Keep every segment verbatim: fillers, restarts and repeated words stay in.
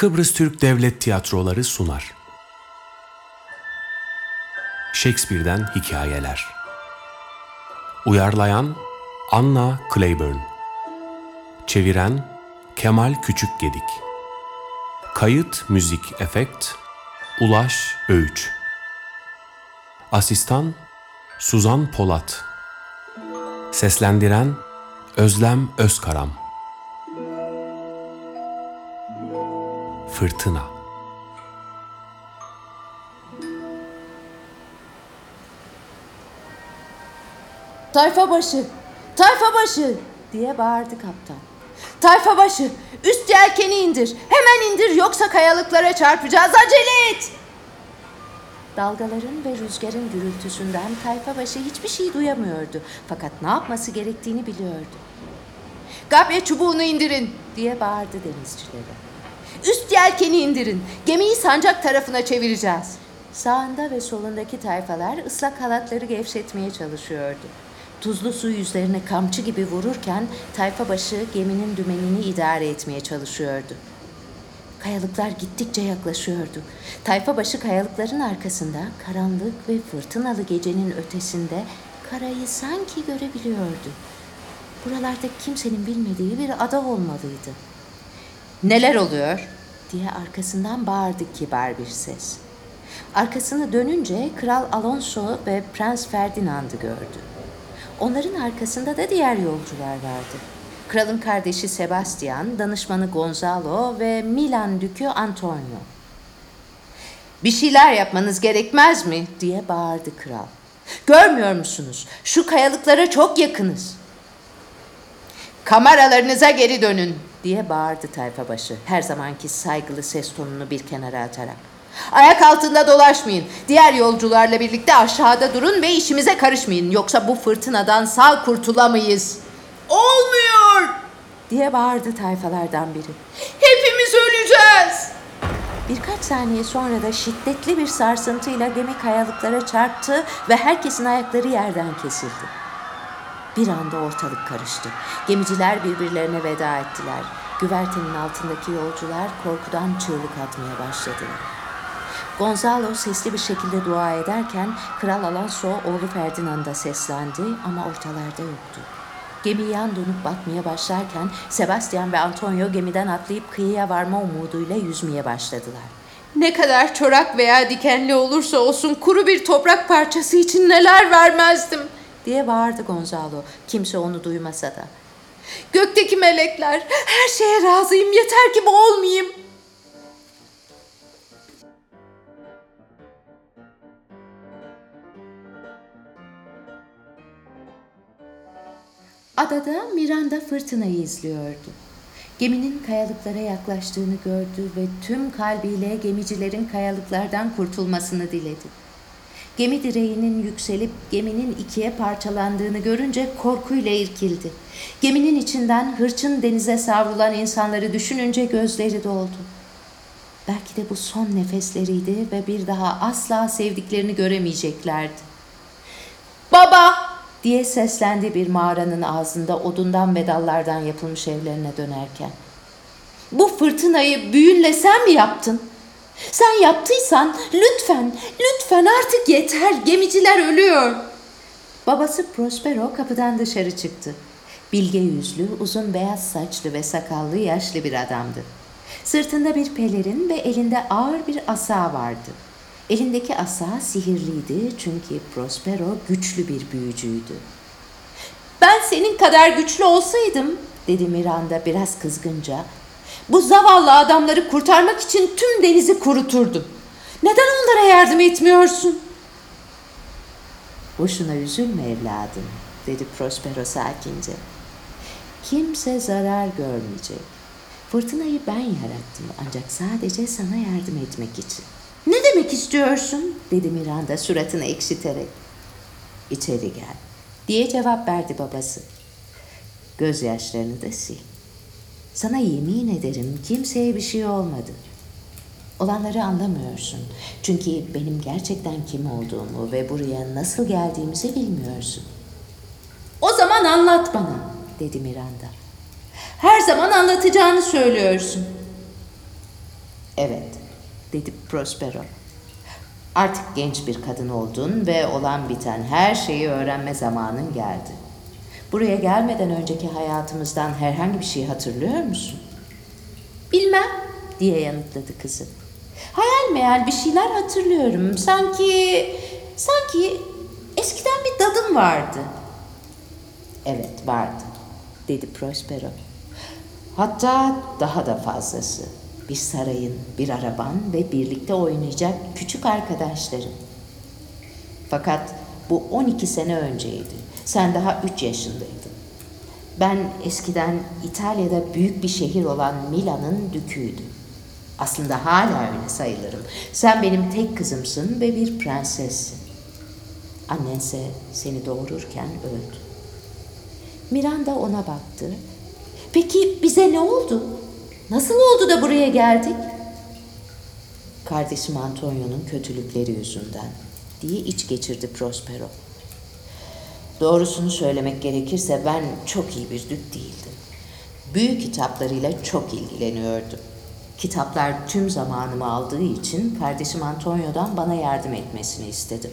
Kıbrıs Türk Devlet Tiyatroları sunar. Shakespeare'den hikayeler. Uyarlayan Anna Claiborne. Çeviren Kemal Küçükgedik. Kayıt, müzik, efekt Ulaş Öğüç. Asistan Suzan Polat. Seslendiren Özlem Özkaram. Fırtına. Tayfa başı, tayfa başı diye bağırdı kaptan. Tayfa başı, üst yelkeni indir, hemen indir yoksa kayalıklara çarpacağız, acele et! Dalgaların ve rüzgarın gürültüsünden tayfa başı hiçbir şey duyamıyordu. Fakat ne yapması gerektiğini biliyordu. Gabya çubuğunu indirin diye bağırdı denizcilere. Üst yelkeni indirin, gemiyi sancak tarafına çevireceğiz. Sağında ve solundaki tayfalar ıslak halatları gevşetmeye çalışıyordu. Tuzlu su yüzlerine kamçı gibi vururken tayfa başı geminin dümenini idare etmeye çalışıyordu. Kayalıklar gittikçe yaklaşıyordu. Tayfa başı kayalıkların arkasında karanlık ve fırtınalı gecenin ötesinde karayı sanki görebiliyordu. Buralarda kimsenin bilmediği bir ada olmalıydı. "Neler oluyor?" diye arkasından bağırdı kibar bir ses. Arkasını dönünce Kral Alonso ve Prens Ferdinand'ı gördü. Onların arkasında da diğer yolcular vardı. Kralın kardeşi Sebastian, danışmanı Gonzalo ve Milan Dükü Antonio. "Bir şeyler yapmanız gerekmez mi?" diye bağırdı kral. "Görmüyor musunuz? Şu kayalıklara çok yakınız." "Kameralarınıza geri dönün!" diye bağırdı tayfa başı, her zamanki saygılı ses tonunu bir kenara atarak. "Ayak altında dolaşmayın. Diğer yolcularla birlikte aşağıda durun ve işimize karışmayın. Yoksa bu fırtınadan sağ kurtulamayız." "Olmuyor!" diye bağırdı tayfalardan biri. "Hepimiz öleceğiz!" Birkaç saniye sonra da şiddetli bir sarsıntıyla gemi kayalıklara çarptı ve herkesin ayakları yerden kesildi. Bir anda ortalık karıştı. Gemiciler birbirlerine veda ettiler. Güvertenin altındaki yolcular korkudan çığlık atmaya başladılar. Gonzalo sesli bir şekilde dua ederken Kral Alonso oğlu Ferdinand'a seslendi ama ortalarda yoktu. Gemi yan dönüp batmaya başlarken Sebastian ve Antonio gemiden atlayıp kıyıya varma umuduyla yüzmeye başladılar. "Ne kadar çorak veya dikenli olursa olsun kuru bir toprak parçası için neler vermezdim!" diye bağırdı Gonzalo. Kimse onu duymasa da. "Gökteki melekler, her şeye razıyım, yeter ki boğulmayayım." Adada Miranda fırtınayı izliyordu. Geminin kayalıklara yaklaştığını gördü ve tüm kalbiyle gemicilerin kayalıklardan kurtulmasını diledi. Gemi direğinin yükselip geminin ikiye parçalandığını görünce korkuyla irkildi. Geminin içinden hırçın denize savrulan insanları düşününce gözleri doldu. Belki de bu son nefesleriydi ve bir daha asla sevdiklerini göremeyeceklerdi. "Baba!" diye seslendi bir mağaranın ağzında odundan ve dallardan yapılmış evlerine dönerken. "Bu fırtınayı büyünle sen mi yaptın? Sen yaptıysan lütfen, lütfen artık yeter, gemiciler ölüyor." Babası Prospero kapıdan dışarı çıktı. Bilge yüzlü, uzun beyaz saçlı ve sakallı yaşlı bir adamdı. Sırtında bir pelerin ve elinde ağır bir asa vardı. Elindeki asa sihirliydi çünkü Prospero güçlü bir büyücüydü. "Ben senin kadar güçlü olsaydım," dedi Miranda biraz kızgınca, "bu zavallı adamları kurtarmak için tüm denizi kuruturdum. Neden onlara yardım etmiyorsun?" "Boşuna üzülme evladım," dedi Prospero sakince. "Kimse zarar görmeyecek. Fırtınayı ben yarattım ancak sadece sana yardım etmek için." "Ne demek istiyorsun?" dedi Miranda suratını ekşiterek. "İçeri gel," diye cevap verdi babası. "Gözyaşlarını da sil. Sana yemin ederim kimseye bir şey olmadı. Olanları anlamıyorsun. Çünkü benim gerçekten kim olduğumu ve buraya nasıl geldiğimizi bilmiyorsun." "O zaman anlat bana," dedi Miranda. "Her zaman anlatacağını söylüyorsun." Evet, dedi Prospero. Artık genç bir kadın oldun ve olan biten her şeyi öğrenme zamanın geldi. Buraya gelmeden önceki hayatımızdan herhangi bir şey hatırlıyor musun? Bilmem, diye yanıtladı kızı. Hayal meyal bir şeyler hatırlıyorum. Sanki, sanki eskiden bir dadım vardı. Evet, vardı, dedi Prospero. Hatta daha da fazlası. Bir sarayın, bir araban ve birlikte oynayacak küçük arkadaşların. Fakat bu on iki sene önceydi. Sen daha üç yaşındaydın. Ben eskiden İtalya'da büyük bir şehir olan Milan'ın düküydüm. Aslında hala öyle sayılırım. Sen benim tek kızımsın ve bir prensessin. Annense seni doğururken öldü. Miranda ona baktı. Peki bize ne oldu? Nasıl oldu da buraya geldik? Kardeşim Antonio'nun kötülükleri yüzünden, diye iç geçirdi Prospero. Doğrusunu söylemek gerekirse ben çok iyi bir dük değildim. Büyük kitaplarıyla çok ilgileniyordum. Kitaplar tüm zamanımı aldığı için kardeşim Antonio'dan bana yardım etmesini istedim.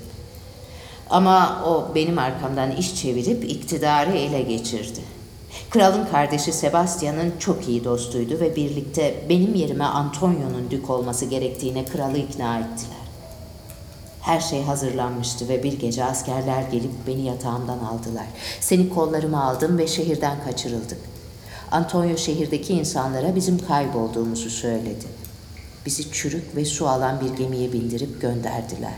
Ama o benim arkamdan iş çevirip iktidarı ele geçirdi. Kralın kardeşi Sebastian'ın çok iyi dostuydu ve birlikte benim yerime Antonio'nun dük olması gerektiğine kralı ikna ettiler. Her şey hazırlanmıştı ve bir gece askerler gelip beni yatağımdan aldılar. Seni kollarıma aldım ve şehirden kaçırıldık. Antonio şehirdeki insanlara bizim kaybolduğumuzu söyledi. Bizi çürük ve su alan bir gemiye bindirip gönderdiler.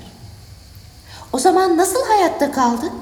O zaman nasıl hayatta kaldık?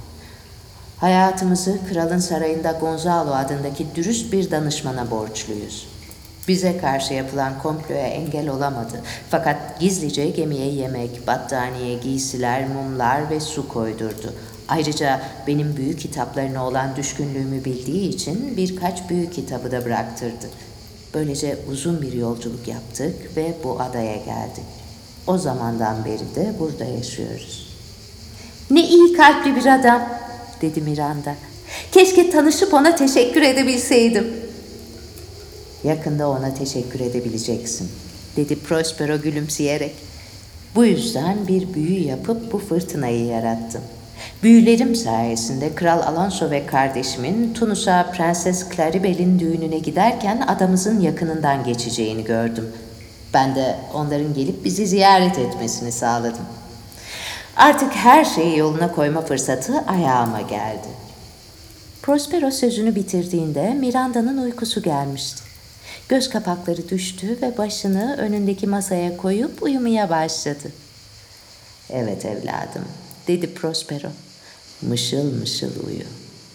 Hayatımızı kralın sarayında Gonzalo adındaki dürüst bir danışmana borçluyuz. Bize karşı yapılan komploya engel olamadı. Fakat gizlice gemiye yemek, battaniye, giysiler, mumlar ve su koydurdu. Ayrıca benim büyük kitaplarına olan düşkünlüğümü bildiği için birkaç büyük kitabı da bıraktırdı. Böylece uzun bir yolculuk yaptık ve bu adaya geldik. O zamandan beri de burada yaşıyoruz. Ne iyi kalpli bir adam, dedi Miranda. Keşke tanışıp ona teşekkür edebilseydim. Yakında ona teşekkür edebileceksin, dedi Prospero gülümseyerek. Bu yüzden bir büyü yapıp bu fırtınayı yarattım. Büyülerim sayesinde Kral Alonso ve kardeşimin Tunus'a Prenses Claribel'in düğününe giderken adamızın yakınından geçeceğini gördüm. Ben de onların gelip bizi ziyaret etmesini sağladım. Artık her şeyi yoluna koyma fırsatı ayağıma geldi. Prospero sözünü bitirdiğinde Miranda'nın uykusu gelmişti. Göz kapakları düştü ve başını önündeki masaya koyup uyumaya başladı. Evet evladım, dedi Prospero. Mışıl mışıl uyu.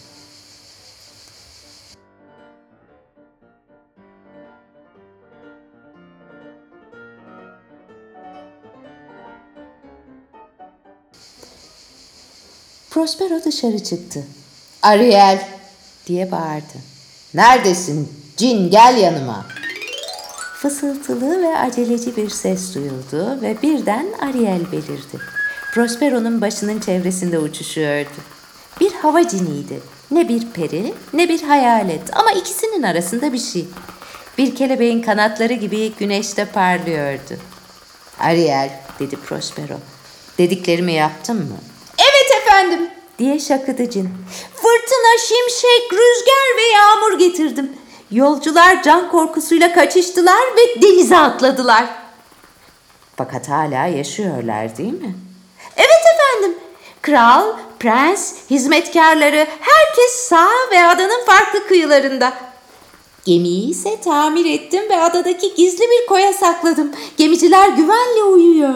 Prospero dışarı çıktı. Ariel, diye bağırdı. Neredesin? Cin gel yanıma. Fısıltılı ve aceleci bir ses duyuldu ve birden Ariel belirdi. Prospero'nun başının çevresinde uçuşuyordu. Bir hava ciniydi. Ne bir peri ne bir hayalet ama ikisinin arasında bir şey. Bir kelebeğin kanatları gibi güneşte parlıyordu. Ariel, dedi Prospero. Dediklerimi yaptın mı? Evet efendim, diye şakıdı cin. Fırtına, şimşek, rüzgar ve yağmur getirdim. Yolcular can korkusuyla kaçıştılar ve denize atladılar. Fakat hala yaşıyorlar değil mi? Evet efendim. Kral, prens, hizmetkarları, herkes sağ ve adanın farklı kıyılarında. Gemiyi ise tamir ettim ve adadaki gizli bir koya sakladım. Gemiciler güvenle uyuyor.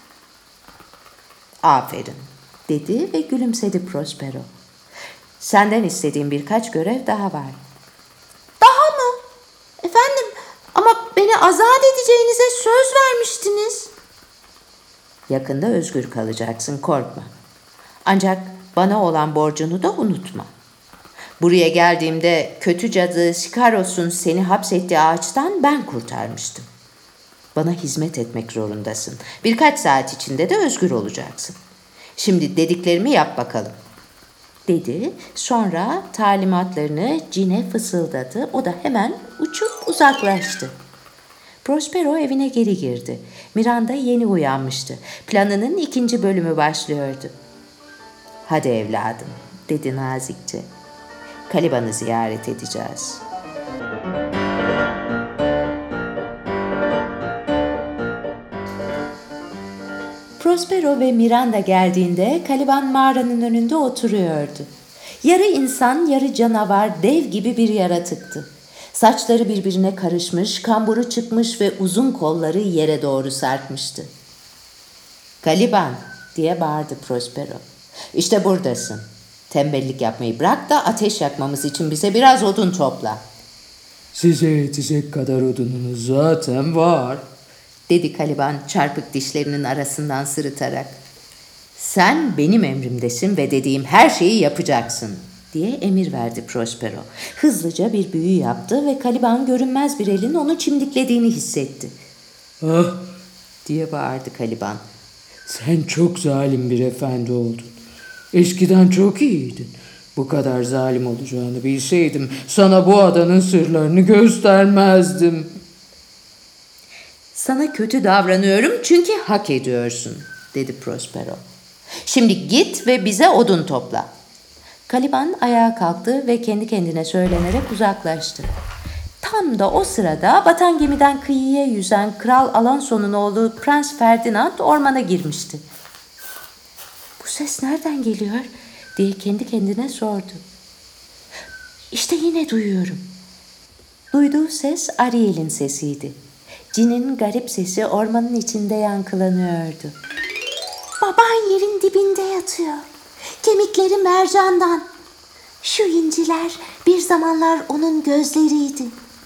Aferin, dedi ve gülümsedi Prospero. Senden istediğim birkaç görev daha var. Daha mı? Efendim, ama beni azat edeceğinize söz vermiştiniz. Yakında özgür kalacaksın, korkma. Ancak bana olan borcunu da unutma. Buraya geldiğimde kötü cadı Sikaros'un seni hapsettiği ağaçtan ben kurtarmıştım. Bana hizmet etmek zorundasın. Birkaç saat içinde de özgür olacaksın. Şimdi dediklerimi yap bakalım, dedi. Sonra talimatlarını cine fısıldadı. O da hemen uçup uzaklaştı. Prospero evine geri girdi. Miranda yeni uyanmıştı. Planının ikinci bölümü başlıyordu. "Hadi evladım," dedi nazikçe. "Caliban'ı ziyaret edeceğiz." Prospero ve Miranda geldiğinde Caliban mağaranın önünde oturuyordu. Yarı insan, yarı canavar, dev gibi bir yaratıktı. Saçları birbirine karışmış, kamburu çıkmış ve uzun kolları yere doğru sarkmıştı. "Caliban," diye bağırdı Prospero. "İşte buradasın. Tembellik yapmayı bırak da ateş yakmamız için bize biraz odun topla." "Size yetecek kadar odununuz zaten var," dedi Caliban çarpık dişlerinin arasından sırıtarak. "Sen benim emrimdesin ve dediğim her şeyi yapacaksın," diye emir verdi Prospero. Hızlıca bir büyü yaptı ve Caliban görünmez bir elin onu çimdiklediğini hissetti. "Ah," diye bağırdı Caliban. "sen çok zalim bir efendi oldun. Eskiden çok iyiydin. Bu kadar zalim olacağını bilseydim sana bu adanın sırlarını göstermezdim." "Sana kötü davranıyorum çünkü hak ediyorsun," dedi Prospero. "Şimdi git ve bize odun topla." Caliban ayağa kalktı ve kendi kendine söylenerek uzaklaştı. Tam da o sırada batan gemiden kıyıya yüzen Kral Alonso'nun oğlu Prens Ferdinand ormana girmişti. "Bu ses nereden geliyor?" diye kendi kendine sordu. "İşte yine duyuyorum." Duyduğu ses Ariel'in sesiydi. Cin'in garip sesi ormanın içinde yankılanıyordu. "Baban yerin dibinde yatıyor. Kemikleri mercandan. Şu inciler bir zamanlar onun gözleriydi.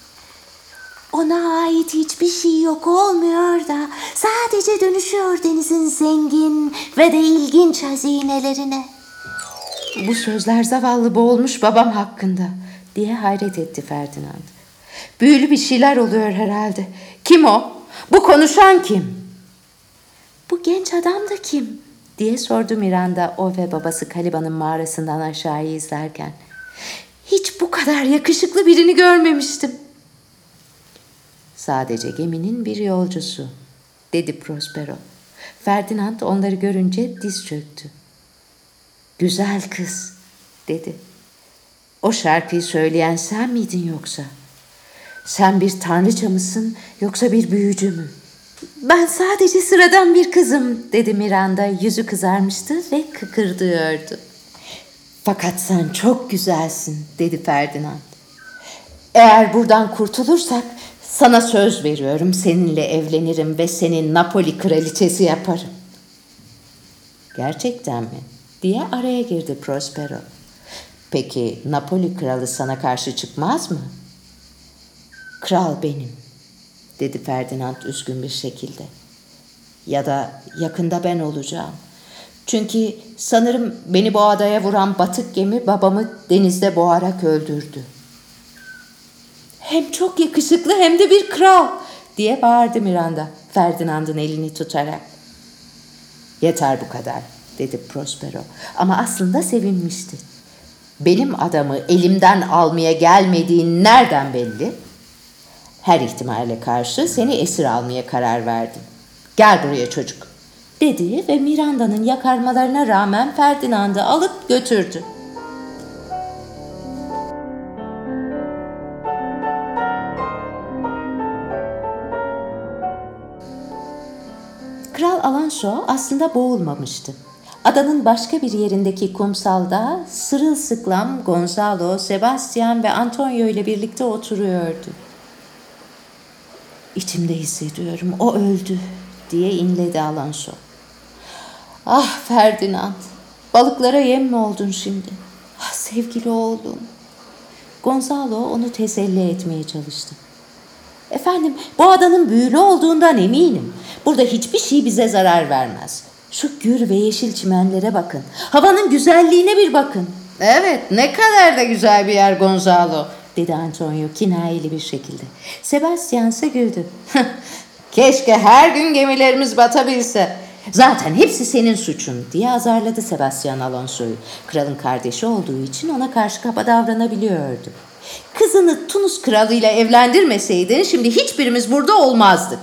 Ona ait hiçbir şey yok olmuyor da sadece dönüşüyor denizin zengin ve de ilginç hazinelerine." "Bu sözler zavallı boğulmuş babam hakkında," diye hayret etti Ferdinand. "Büyülü bir şeyler oluyor herhalde. Kim o? Bu konuşan kim?" "Bu genç adam da kim?" diye sordu Miranda o ve babası Caliban'ın mağarasından aşağıya izlerken. "Hiç bu kadar yakışıklı birini görmemiştim." "Sadece geminin bir yolcusu," dedi Prospero. Ferdinand onları görünce diz çöktü. "Güzel kız," dedi. "O şarkıyı söyleyen sen miydin yoksa? Sen bir tanrıça mısın yoksa bir büyücü mü?" "Ben sadece sıradan bir kızım," dedi Miranda. Yüzü kızarmıştı ve kıkırdıyordu. "Fakat sen çok güzelsin," dedi Ferdinand. "Eğer buradan kurtulursak sana söz veriyorum, seninle evlenirim ve seni Napoli kraliçesi yaparım." "Gerçekten mi?" diye araya girdi Prospero. "Peki Napoli kralı sana karşı çıkmaz mı?" "Kral benim," dedi Ferdinand üzgün bir şekilde. "Ya da yakında ben olacağım. Çünkü sanırım beni bu adaya vuran batık gemi babamı denizde boğarak öldürdü." "Hem çok yakışıklı hem de bir kral," diye bağırdı Miranda Ferdinand'ın elini tutarak. "Yeter bu kadar," dedi Prospero ama aslında sevinmişti. "Benim adamı elimden almaya gelmediğin nereden belli? Her ihtimale karşı seni esir almaya karar verdim. Gel buraya çocuk," dedi ve Miranda'nın yakarmalarına rağmen Ferdinand'ı alıp götürdü. Kral Alonso aslında boğulmamıştı. Adanın başka bir yerindeki kumsalda sırılsıklam Gonzalo, Sebastian ve Antonio ile birlikte oturuyordu. "İçimde hissediyorum, o öldü," diye inledi Alonso. "Ah Ferdinand, balıklara yem mi oldun şimdi? Ah sevgili oğlum." Gonzalo onu teselli etmeye çalıştı. "Efendim, bu adanın büyülü olduğundan eminim. Burada hiçbir şey bize zarar vermez. Şu gür ve yeşil çimenlere bakın. Havanın güzelliğine bir bakın." "Evet, ne kadar da güzel bir yer Gonzalo," dedi Antonio kinayeli bir şekilde. Sebastian ise güldü. "Keşke her gün gemilerimiz batabilse. Zaten hepsi senin suçun," diye azarladı Sebastian Alonso'yu. Kralın kardeşi olduğu için ona karşı kaba davranabiliyordu. Kızını Tunus kralıyla evlendirmeseydin şimdi hiçbirimiz burada olmazdık.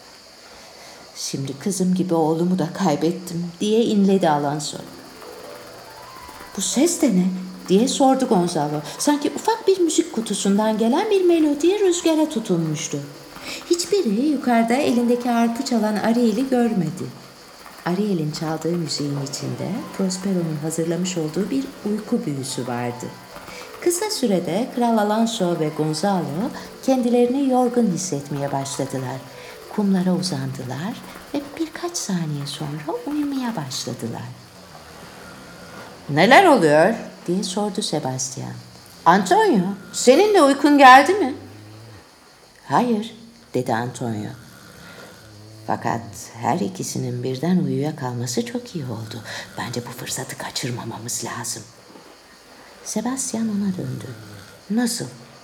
Şimdi kızım gibi oğlumu da kaybettim diye inledi Alonso. Bu ses de ne diye sordu Gonzalo. Sanki ufak bir müzik kutusundan gelen bir melodiye rüzgara tutulmuştu. Hiçbiri yukarıda elindeki harpı çalan Ariel'i görmedi. Ariel'in çaldığı müziğin içinde Prospero'nun hazırlamış olduğu bir uyku büyüsü vardı. Kısa sürede Kral Alonso ve Gonzalo kendilerini yorgun hissetmeye başladılar. Kumlara uzandılar ve birkaç saniye sonra uyumaya başladılar. "Neler oluyor?" diye sordu Sebastian. "Antonio, senin de uykun geldi mi?" "Hayır," dedi Antonio. "Fakat her ikisinin birden uyuyakalması çok iyi oldu. Bence bu fırsatı kaçırmamamız lazım." Sebastian ona döndü. "Nasıl?"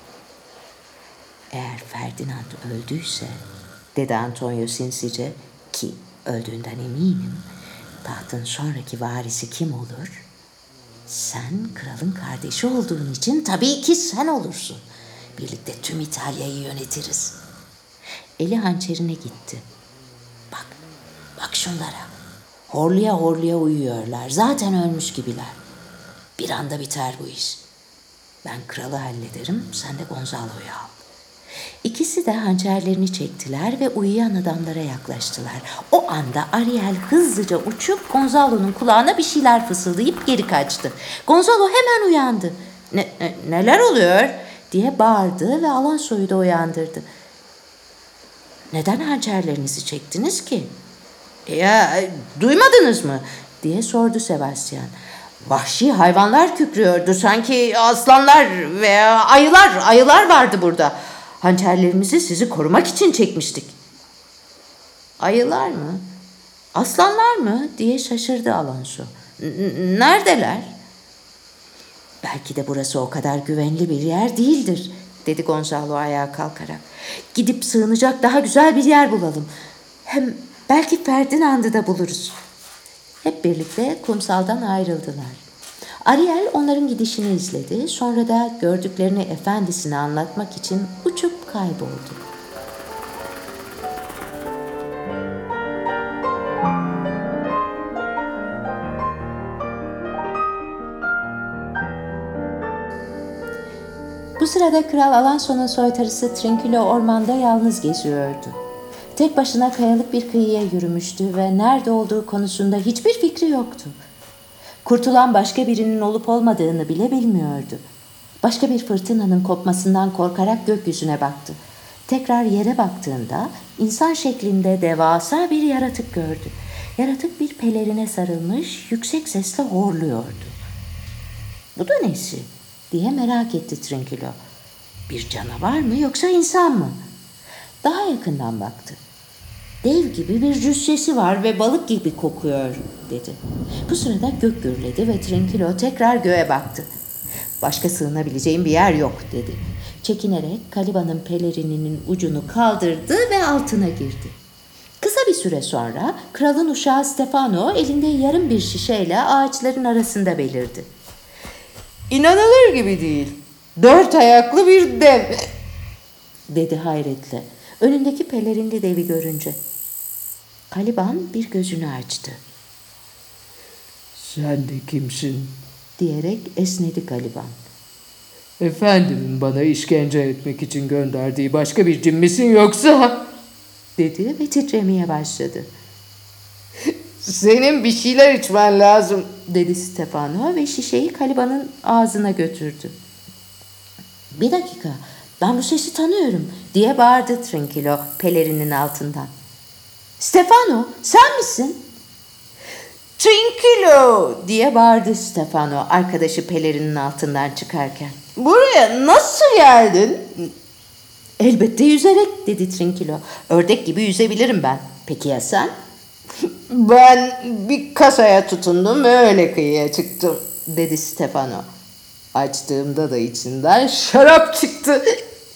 "Eğer Ferdinand öldüyse," dedi Antonio sinsice, "ki öldüğünden eminim, tahtın sonraki varisi kim olur? Sen kralın kardeşi olduğun için tabii ki sen olursun. Birlikte tüm İtalya'yı yönetiriz." Eli hançerine gitti. "Bak, bak şunlara. Horluya horluya uyuyorlar. Zaten ölmüş gibiler. Bir anda biter bu iş. Ben kralı hallederim, sen de Gonzalo'yu al." İkisi de hançerlerini çektiler ve uyuyan adamlara yaklaştılar. O anda Ariel hızlıca uçup Gonzalo'nun kulağına bir şeyler fısıldayıp geri kaçtı. Gonzalo hemen uyandı. Ne, ne, "Neler oluyor?" diye bağırdı ve Alonso'yu da uyandırdı. "Neden hançerlerinizi çektiniz ki?" "Ya duymadınız mı?" diye sordu Sebastian. "Vahşi hayvanlar kükrüyordu. Sanki aslanlar veya ayılar, ayılar vardı burada. Hançerlerimizi sizi korumak için çekmiştik." "Ayılar mı? Aslanlar mı?" diye şaşırdı Alonso. "N- Neredeler?" "Belki de burası o kadar güvenli bir yer değildir," dedi Gonzalo ayağa kalkarak. "Gidip sığınacak daha güzel bir yer bulalım. Hem belki Ferdinand'ı da buluruz." Hep birlikte kumsaldan ayrıldılar. Ariel onların gidişini izledi, sonra da gördüklerini efendisine anlatmak için uçup kayboldu. Bu sırada Kral Alonso'nun soytarısı Trinculo ormanda yalnız geziyordu. Tek başına kayalık bir kıyıya yürümüştü ve nerede olduğu konusunda hiçbir fikri yoktu. Kurtulan başka birinin olup olmadığını bile bilmiyordu. Başka bir fırtınanın kopmasından korkarak gökyüzüne baktı. Tekrar yere baktığında insan şeklinde devasa bir yaratık gördü. Yaratık bir pelerine sarılmış, yüksek sesle horluyordu. "Bu da nesi?" diye merak etti Trinculo. "Bir canavar mı yoksa insan mı?" Daha yakından baktı. "Dev gibi bir cüssesi var ve balık gibi kokuyor," dedi. Bu sırada gök gürledi ve Trinculo tekrar göğe baktı. "Başka sığınabileceğim bir yer yok," dedi. Çekinerek Caliba'nın pelerininin ucunu kaldırdı ve altına girdi. Kısa bir süre sonra kralın uşağı Stefano elinde yarım bir şişeyle ağaçların arasında belirdi. "İnanılır gibi değil. Dört ayaklı bir dev," dedi hayretle. Önündeki pelerinli devi görünce. Caliban bir gözünü açtı. "Sen de kimsin?" diyerek esnedi Caliban. "Efendimin bana işkence etmek için gönderdiği başka bir cin misin yoksa?" dedi ve titremeye başladı. "Senin bir şeyler içmen lazım," dedi Stefano ve şişeyi Caliban'ın ağzına götürdü. "Bir dakika, ben bu sesi tanıyorum," diye bağırdı Trinculo pelerinin altından. "Stefano, sen misin?" "Trinculo!" diye bağırdı Stefano arkadaşı pelerinin altından çıkarken. "Buraya nasıl geldin?" "Elbette yüzerek," dedi Trinculo. "Ördek gibi yüzebilirim ben. Peki ya sen?" "Ben bir kasaya tutundum ve öyle kıyıya çıktım," dedi Stefano. "Açtığımda da içinden şarap çıktı."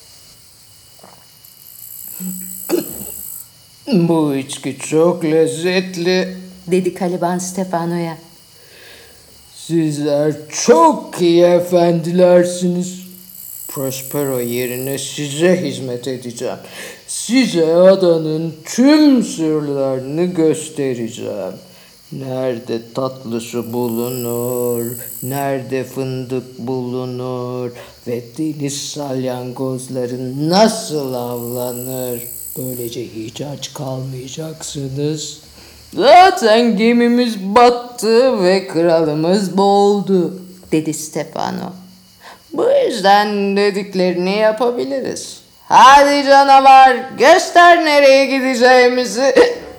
"Bu içki çok lezzetli," dedi Caliban Stefano'ya. "Sizler çok iyi efendilersiniz. Prospero yerine size hizmet edeceğim. Size adanın tüm sırlarını göstereceğim. Nerede tatlı su bulunur, nerede fındık bulunur ve deniz salyangozları nasıl avlanır. Böylece hiç aç kalmayacaksınız. Zaten gemimiz battı ve kralımız boğuldu, dedi Stefano. bu yüzden dediklerini yapabiliriz. Hadi canavar, göster nereye gideceğimizi.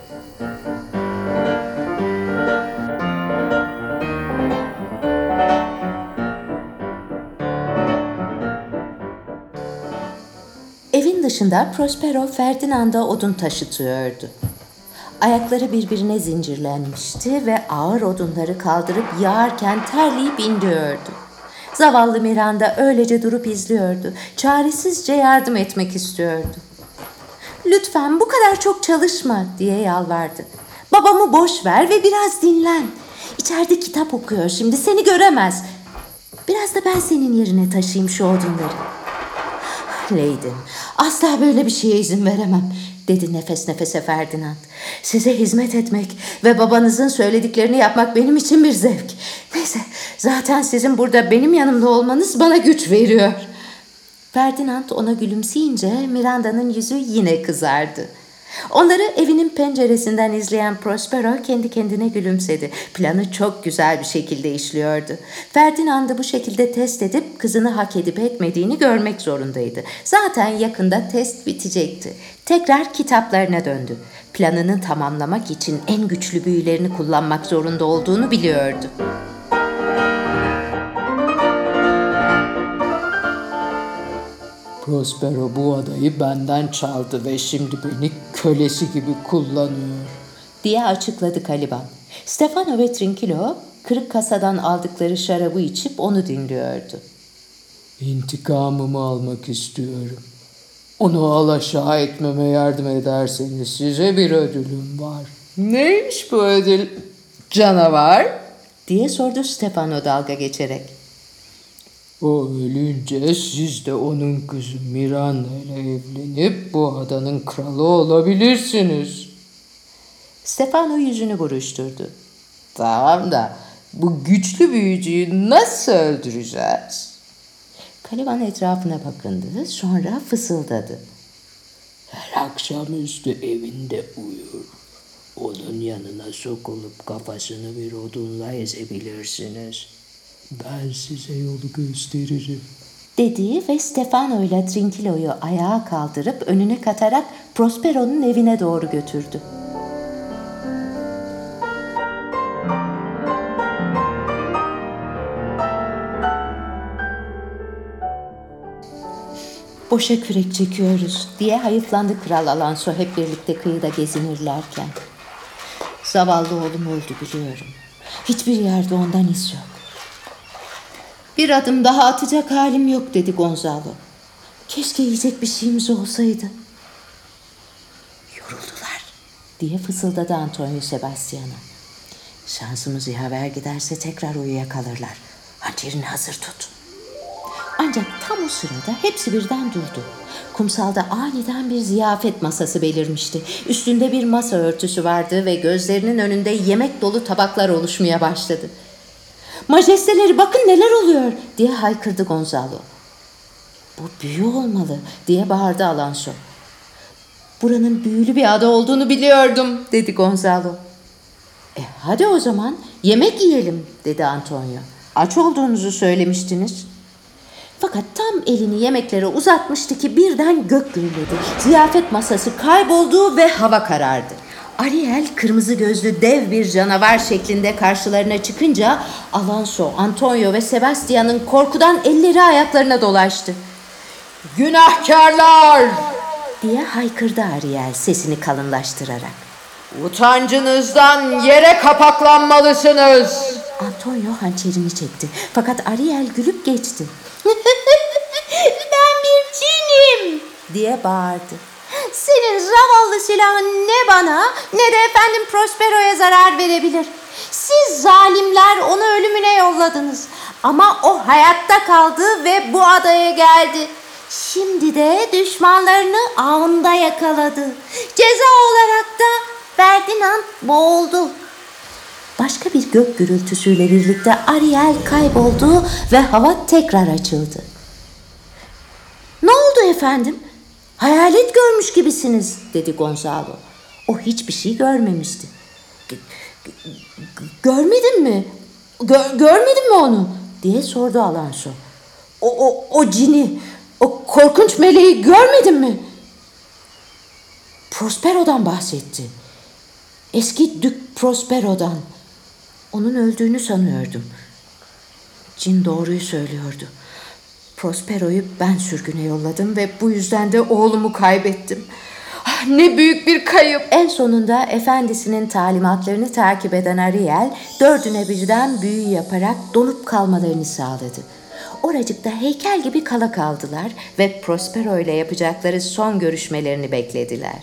Evin dışında Prospero Ferdinand'a odun taşıtıyordu. Ayakları birbirine zincirlenmişti ve ağır odunları kaldırıp yağarken terleyip indiriyordu. Zavallı Miranda öylece durup izliyordu. Çaresizce yardım etmek istiyordu. "Lütfen bu kadar çok çalışma," diye yalvardı. "Babamı boş ver ve biraz dinlen. İçeride kitap okuyor şimdi, seni göremez. Biraz da ben senin yerine taşıyayım şu odunları." "Leydim, asla böyle bir şeye izin veremem," dedi nefes nefese Ferdinand. "Size hizmet etmek ve babanızın söylediklerini yapmak benim için bir zevk. Neyse, zaten sizin burada benim yanımda olmanız bana güç veriyor." Ferdinand ona gülümseyince Miranda'nın yüzü yine kızardı. Onları evinin penceresinden izleyen Prospero kendi kendine gülümsedi. Planı çok güzel bir şekilde işliyordu. Ferdinand'ı bu şekilde test edip kızını hak edip etmediğini görmek zorundaydı. Zaten yakında test bitecekti. Tekrar kitaplarına döndü. Planını tamamlamak için en güçlü büyülerini kullanmak zorunda olduğunu biliyordu. Prospero bu adayı benden çaldı ve şimdi beni kölesi gibi kullanıyor, diye açıkladı Caliban. Stefano ve Trinquilo kırık kasadan aldıkları şarabı içip onu dinliyordu. İntikamımı almak istiyorum. Onu alaşağı etmeme yardım ederseniz size bir ödülüm var. Neymiş bu ödül, canavar? diye sordu Stefano dalga geçerek. O ölünce siz de onun kızı Miranda ile evlenip bu adanın kralı olabilirsiniz. Stefano yüzünü buruşturdu. Tamam da bu güçlü büyücüyü nasıl öldüreceğiz? Caliban etrafına bakındı, sonra fısıldadı. Her akşamüstü evinde uyur. Onun yanına sokulup kafasını bir odunla ezebilirsiniz. Ben size yolu gösteririm, dedi ve Stefano ile Trinquilo'yu ayağa kaldırıp önüne katarak Prospero'nun evine doğru götürdü. "Boşa kürek çekiyoruz," diye hayıflandı Kral Alonso hep birlikte kıyıda gezinirlerken. "Zavallı oğlum öldü biliyorum. Hiçbir yerde ondan iz yok." "Bir adım daha atacak halim yok," dedi Gonzalo. "Keşke yiyecek bir şeyimiz olsaydı." "Yoruldular," diye fısıldadı Antonio Sebastian'a. "Şansımız yaver giderse tekrar uyuyakalırlar. Hançerini hazır tut." Ancak tam o sırada hepsi birden durdu. Kumsalda aniden bir ziyafet masası belirmişti. Üstünde bir masa örtüsü vardı ve gözlerinin önünde yemek dolu tabaklar oluşmaya başladı. "Majesteleri, bakın neler oluyor," diye haykırdı Gonzalo. "Bu büyü olmalı," diye bağırdı Alonso. "Buranın büyülü bir ada olduğunu biliyordum," dedi Gonzalo. "E hadi o zaman yemek yiyelim," dedi Antonio. "Aç olduğunuzu söylemiştiniz." Fakat tam elini yemeklere uzatmıştı ki birden gök gürledi. Ziyafet masası kayboldu ve hava karardı. Ariel kırmızı gözlü dev bir canavar şeklinde karşılarına çıkınca Alonso, Antonio ve Sebastian'ın korkudan elleri ayaklarına dolaştı. "Günahkarlar!" diye haykırdı Ariel sesini kalınlaştırarak. "Utancınızdan yere kapaklanmalısınız." Antonio hançerini çekti fakat Ariel gülüp geçti. "Ben bir cinim," diye bağırdı. "Senin zavallı silahın ne bana ne de efendim Prospero'ya zarar verebilir. Siz zalimler onu ölümüne yolladınız. Ama o hayatta kaldı ve bu adaya geldi. Şimdi de düşmanlarını ağında yakaladı. Ceza olarak da Ferdinand boğuldu. Başka bir gök gürültüsüyle birlikte Ariel kayboldu ve hava tekrar açıldı. "Ne oldu efendim? Hayalet görmüş gibisiniz," dedi Gonzalo. O hiçbir şey görmemişti. "G- g- Görmedin mi? Gö- görmedin mi onu?" diye sordu Alonso. O, o, o cini, o korkunç meleği görmedin mi? Prospero'dan bahsetti. Eski Dük Prospero'dan. Onun öldüğünü sanıyordum. Cin doğruyu söylüyordu. Prospero'yu ben sürgüne yolladım ve bu yüzden de oğlumu kaybettim. Ah, ne büyük bir kayıp. En sonunda efendisinin talimatlarını takip eden Ariel, dördüne birden büyü yaparak donup kalmalarını sağladı. Oracıkta heykel gibi kala kaldılar ve Prospero ile yapacakları son görüşmelerini beklediler.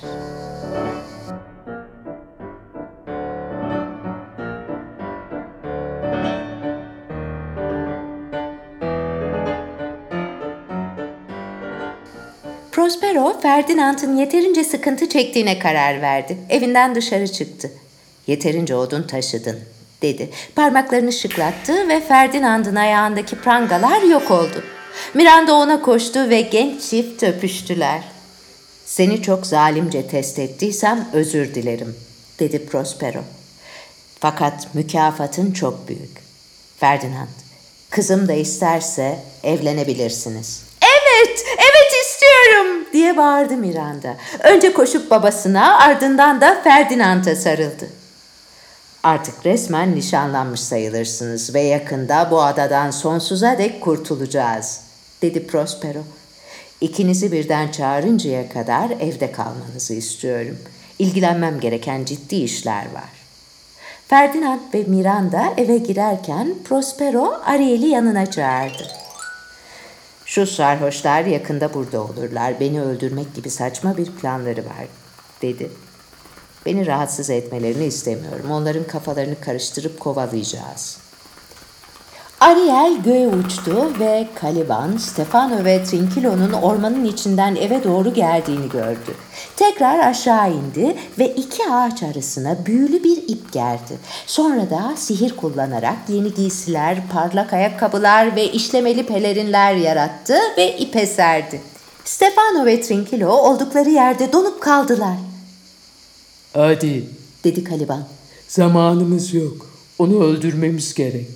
Prospero, Ferdinand'ın yeterince sıkıntı çektiğine karar verdi. Evinden dışarı çıktı. "Yeterince odun taşıdın," dedi. Parmaklarını şıklattı ve Ferdinand'ın ayağındaki prangalar yok oldu. Miranda ona koştu ve genç çift öpüştüler. "Seni çok zalimce test ettiysem özür dilerim," dedi Prospero. "Fakat mükafatın çok büyük. Ferdinand, kızım da isterse evlenebilirsiniz." "Evet, evet istiyorum," diye bağırdı Miranda. Önce koşup babasına, ardından da Ferdinand'a sarıldı. "Artık resmen nişanlanmış sayılırsınız ve yakında bu adadan sonsuza dek kurtulacağız," dedi Prospero. "İkinizi birden çağırıncaya kadar evde kalmanızı istiyorum. İlgilenmem gereken ciddi işler var." Ferdinand ve Miranda eve girerken Prospero Ariel'i yanına çağırdı. "Şu sarhoşlar yakında burada olurlar. Beni öldürmek gibi saçma bir planları var," dedi. "Beni rahatsız etmelerini istemiyorum. Onların kafalarını karıştırıp kovalayacağız." Ariel göğe uçtu ve Caliban, Stefano ve Trinkilo'nun ormanın içinden eve doğru geldiğini gördü. Tekrar aşağı indi ve iki ağaç arasına büyülü bir ip gerdi. Sonra da sihir kullanarak yeni giysiler, parlak ayakkabılar ve işlemeli pelerinler yarattı ve ipe serdi. Stefano ve Trinkilo oldukları yerde donup kaldılar. "Hadi," dedi Caliban. "zamanımız yok. Onu öldürmemiz gerek."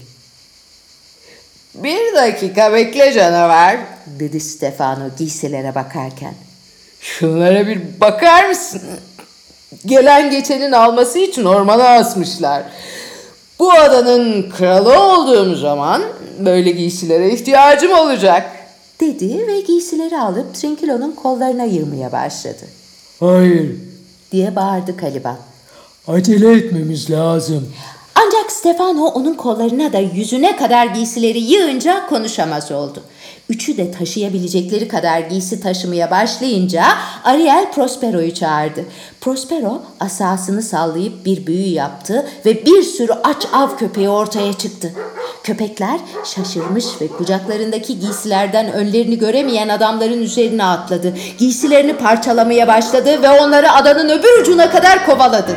"Bir dakika bekle canavar," dedi Stefano giysilere bakarken. "Şunlara bir bakar mısın? Gelen geçenin alması için ormana asmışlar. Bu adanın kralı olduğum zaman böyle giysilere ihtiyacım olacak," dedi ve giysileri alıp Trinkilo'nun kollarına yığmaya başladı. "Hayır, diye bağırdı Caliban. acele etmemiz lazım." Ancak Stefano onun kollarına da yüzüne kadar giysileri yığınca konuşamaz oldu. Üçü de taşıyabilecekleri kadar giysi taşımaya başlayınca Ariel Prospero'yu çağırdı. Prospero asasını sallayıp bir büyü yaptı ve bir sürü aç av köpeği ortaya çıktı. Köpekler şaşırmış ve kucaklarındaki giysilerden önlerini göremeyen adamların üzerine atladı. Giysilerini parçalamaya başladı ve onları adanın öbür ucuna kadar kovaladı.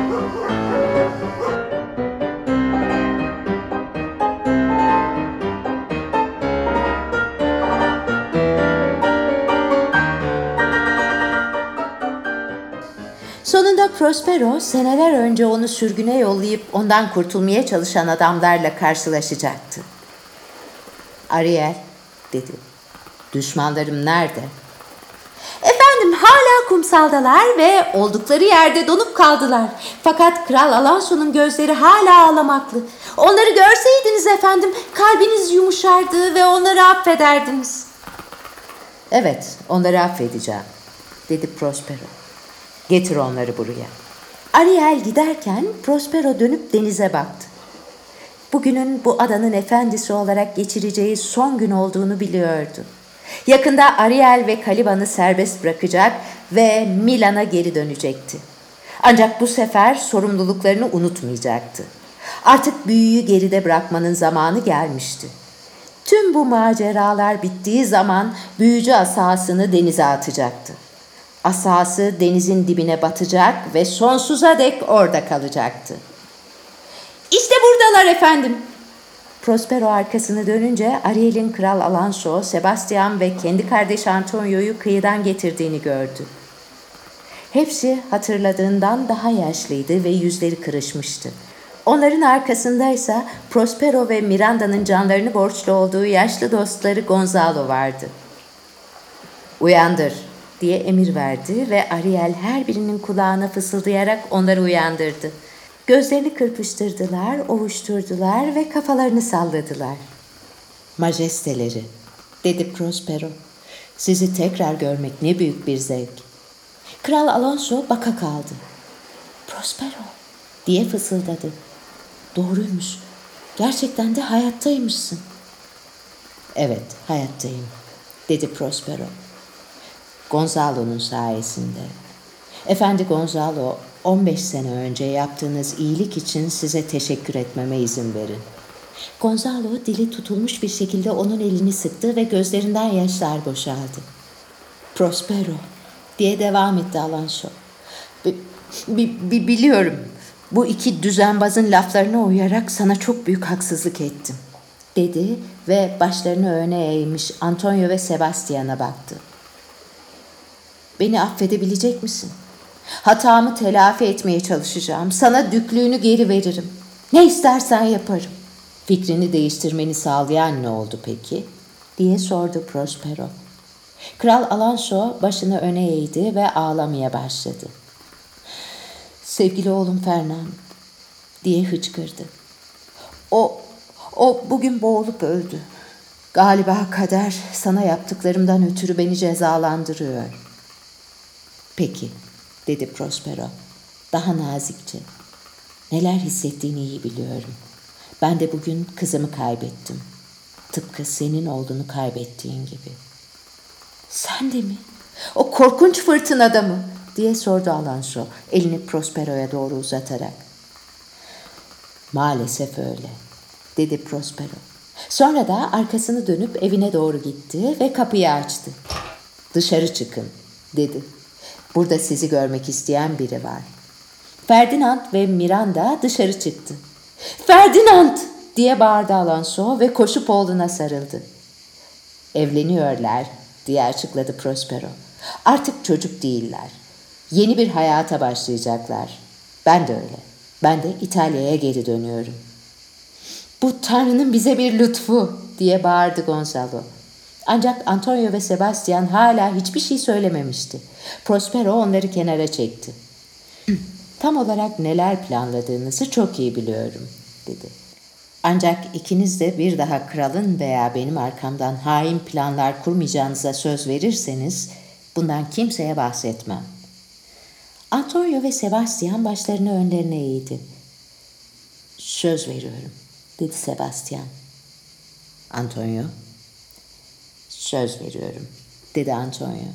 Sonunda Prospero seneler önce onu sürgüne yollayıp ondan kurtulmaya çalışan adamlarla karşılaşacaktı. "Ariel," dedi, "düşmanlarım nerede?" "Efendim hala kumsaldalar ve oldukları yerde donup kaldılar. Fakat Kral Alonso'nun gözleri hala ağlamaklı. Onları görseydiniz efendim kalbiniz yumuşardı ve onları affederdiniz." "Evet, onları affedeceğim," dedi Prospero. "Getir onları buraya." Ariel giderken Prospero dönüp denize baktı. Bugünün bu adanın efendisi olarak geçireceği son gün olduğunu biliyordu. Yakında Ariel ve Caliban'ı serbest bırakacak ve Milan'a geri dönecekti. Ancak bu sefer sorumluluklarını unutmayacaktı. Artık büyüyü geride bırakmanın zamanı gelmişti. Tüm bu maceralar bittiği zaman büyücü asasını denize atacaktı. Asası denizin dibine batacak ve sonsuza dek orada kalacaktı. "İşte buradalar efendim." Prospero arkasını dönünce Ariel'in Kral Alonso, Sebastian ve kendi kardeşi Antonio'yu kıyıdan getirdiğini gördü. Hepsi hatırladığından daha yaşlıydı ve yüzleri kırışmıştı. Onların arkasındaysa Prospero ve Miranda'nın canlarını borçlu olduğu yaşlı dostları Gonzalo vardı. "Uyandır," diye emir verdi ve Ariel her birinin kulağına fısıldayarak onları uyandırdı. Gözlerini kırpıştırdılar, ovuşturdular ve kafalarını salladılar. "Majesteleri," dedi Prospero, "sizi tekrar görmek ne büyük bir zevk." Kral Alonso baka kaldı. "Prospero," diye fısıldadı. "Doğruymuş. Gerçekten de hayattaymışsın." "Evet, hayattayım," dedi Prospero. "Gonzalo'nun sayesinde. Efendi Gonzalo, on beş sene önce yaptığınız iyilik için size teşekkür etmeme izin verin." Gonzalo dili tutulmuş bir şekilde onun elini sıktı ve gözlerinden yaşlar boşaldı. "Prospero," diye devam etti Alonso. "Bi, bi, bi, biliyorum. Bu iki düzenbazın laflarına uyarak sana çok büyük haksızlık ettim," dedi ve başlarını öne eğmiş Antonio ve Sebastian'a baktı. "Beni affedebilecek misin? Hatamı telafi etmeye çalışacağım. Sana düklüğünü geri veririm. Ne istersen yaparım." "Fikrini değiştirmeni sağlayan ne oldu peki?" diye sordu Prospero. Kral Alonso başını öne eğdi ve ağlamaya başladı. "Sevgili oğlum Fernand," diye hıçkırdı. O, o bugün boğulup öldü. Galiba kader sana yaptıklarımdan ötürü beni cezalandırıyor." "Peki," dedi Prospero, daha nazikçe. "Neler hissettiğini iyi biliyorum. Ben de bugün kızımı kaybettim. Tıpkı senin oğlunu kaybettiğin gibi." "Sen de mi? O korkunç fırtınada mı?" diye sordu Alonso, elini Prospero'ya doğru uzatarak. "Maalesef öyle," dedi Prospero. Sonra da arkasını dönüp evine doğru gitti ve kapıyı açtı. "Dışarı çıkın," dedi. "Burada sizi görmek isteyen biri var." Ferdinand ve Miranda dışarı çıktı. "Ferdinand!" diye bağırdı Alonso ve koşup oğluna sarıldı. "Evleniyorlar," diye açıkladı Prospero. "Artık çocuk değiller. Yeni bir hayata başlayacaklar. Ben de öyle. Ben de İtalya'ya geri dönüyorum." "Bu Tanrı'nın bize bir lütfu," diye bağırdı Gonzalo. Ancak Antonio ve Sebastian hala hiçbir şey söylememişti. Prospero onları kenara çekti. "Tam olarak neler planladığınızı çok iyi biliyorum," dedi. "Ancak ikiniz de bir daha kralın veya benim arkamdan hain planlar kurmayacağınıza söz verirseniz bundan kimseye bahsetmem." Antonio ve Sebastian başlarını önlerine eğdi. "Söz veriyorum," dedi Sebastian. "Antonio?" "Söz veriyorum," dedi Antonio.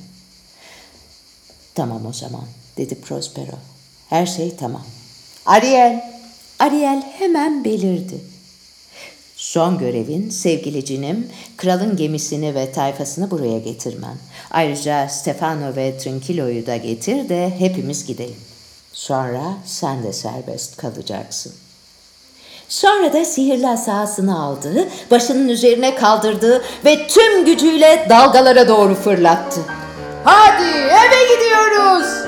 "Tamam o zaman," dedi Prospero. "Her şey tamam." "Ariel!" Ariel hemen belirdi. "Son görevin sevgilicinin kralın gemisini ve tayfasını buraya getirmen. Ayrıca Stefano ve Trinquilo'yu da getir de hepimiz gidelim. Sonra sen de serbest kalacaksın." Sonra da sihirli asasını aldı, başının üzerine kaldırdı ve tüm gücüyle dalgalara doğru fırlattı. "Hadi eve gidiyoruz!"